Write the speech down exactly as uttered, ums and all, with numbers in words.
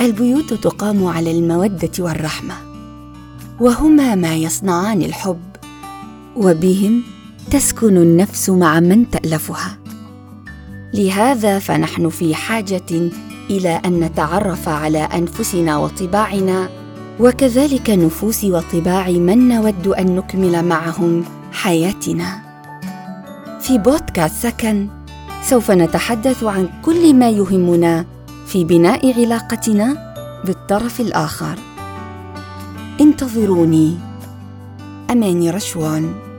البيوت تقام على المودة والرحمة، وهما ما يصنعان الحب، وبهم تسكن النفس مع من تألفها. لهذا فنحن في حاجة إلى أن نتعرف على أنفسنا وطباعنا، وكذلك نفوس وطباع من نود أن نكمل معهم حياتنا. في بودكاست سكن سوف نتحدث عن كل ما يهمنا في بناء علاقتنا بالطرف الآخر. انتظروني. أماني رشوان.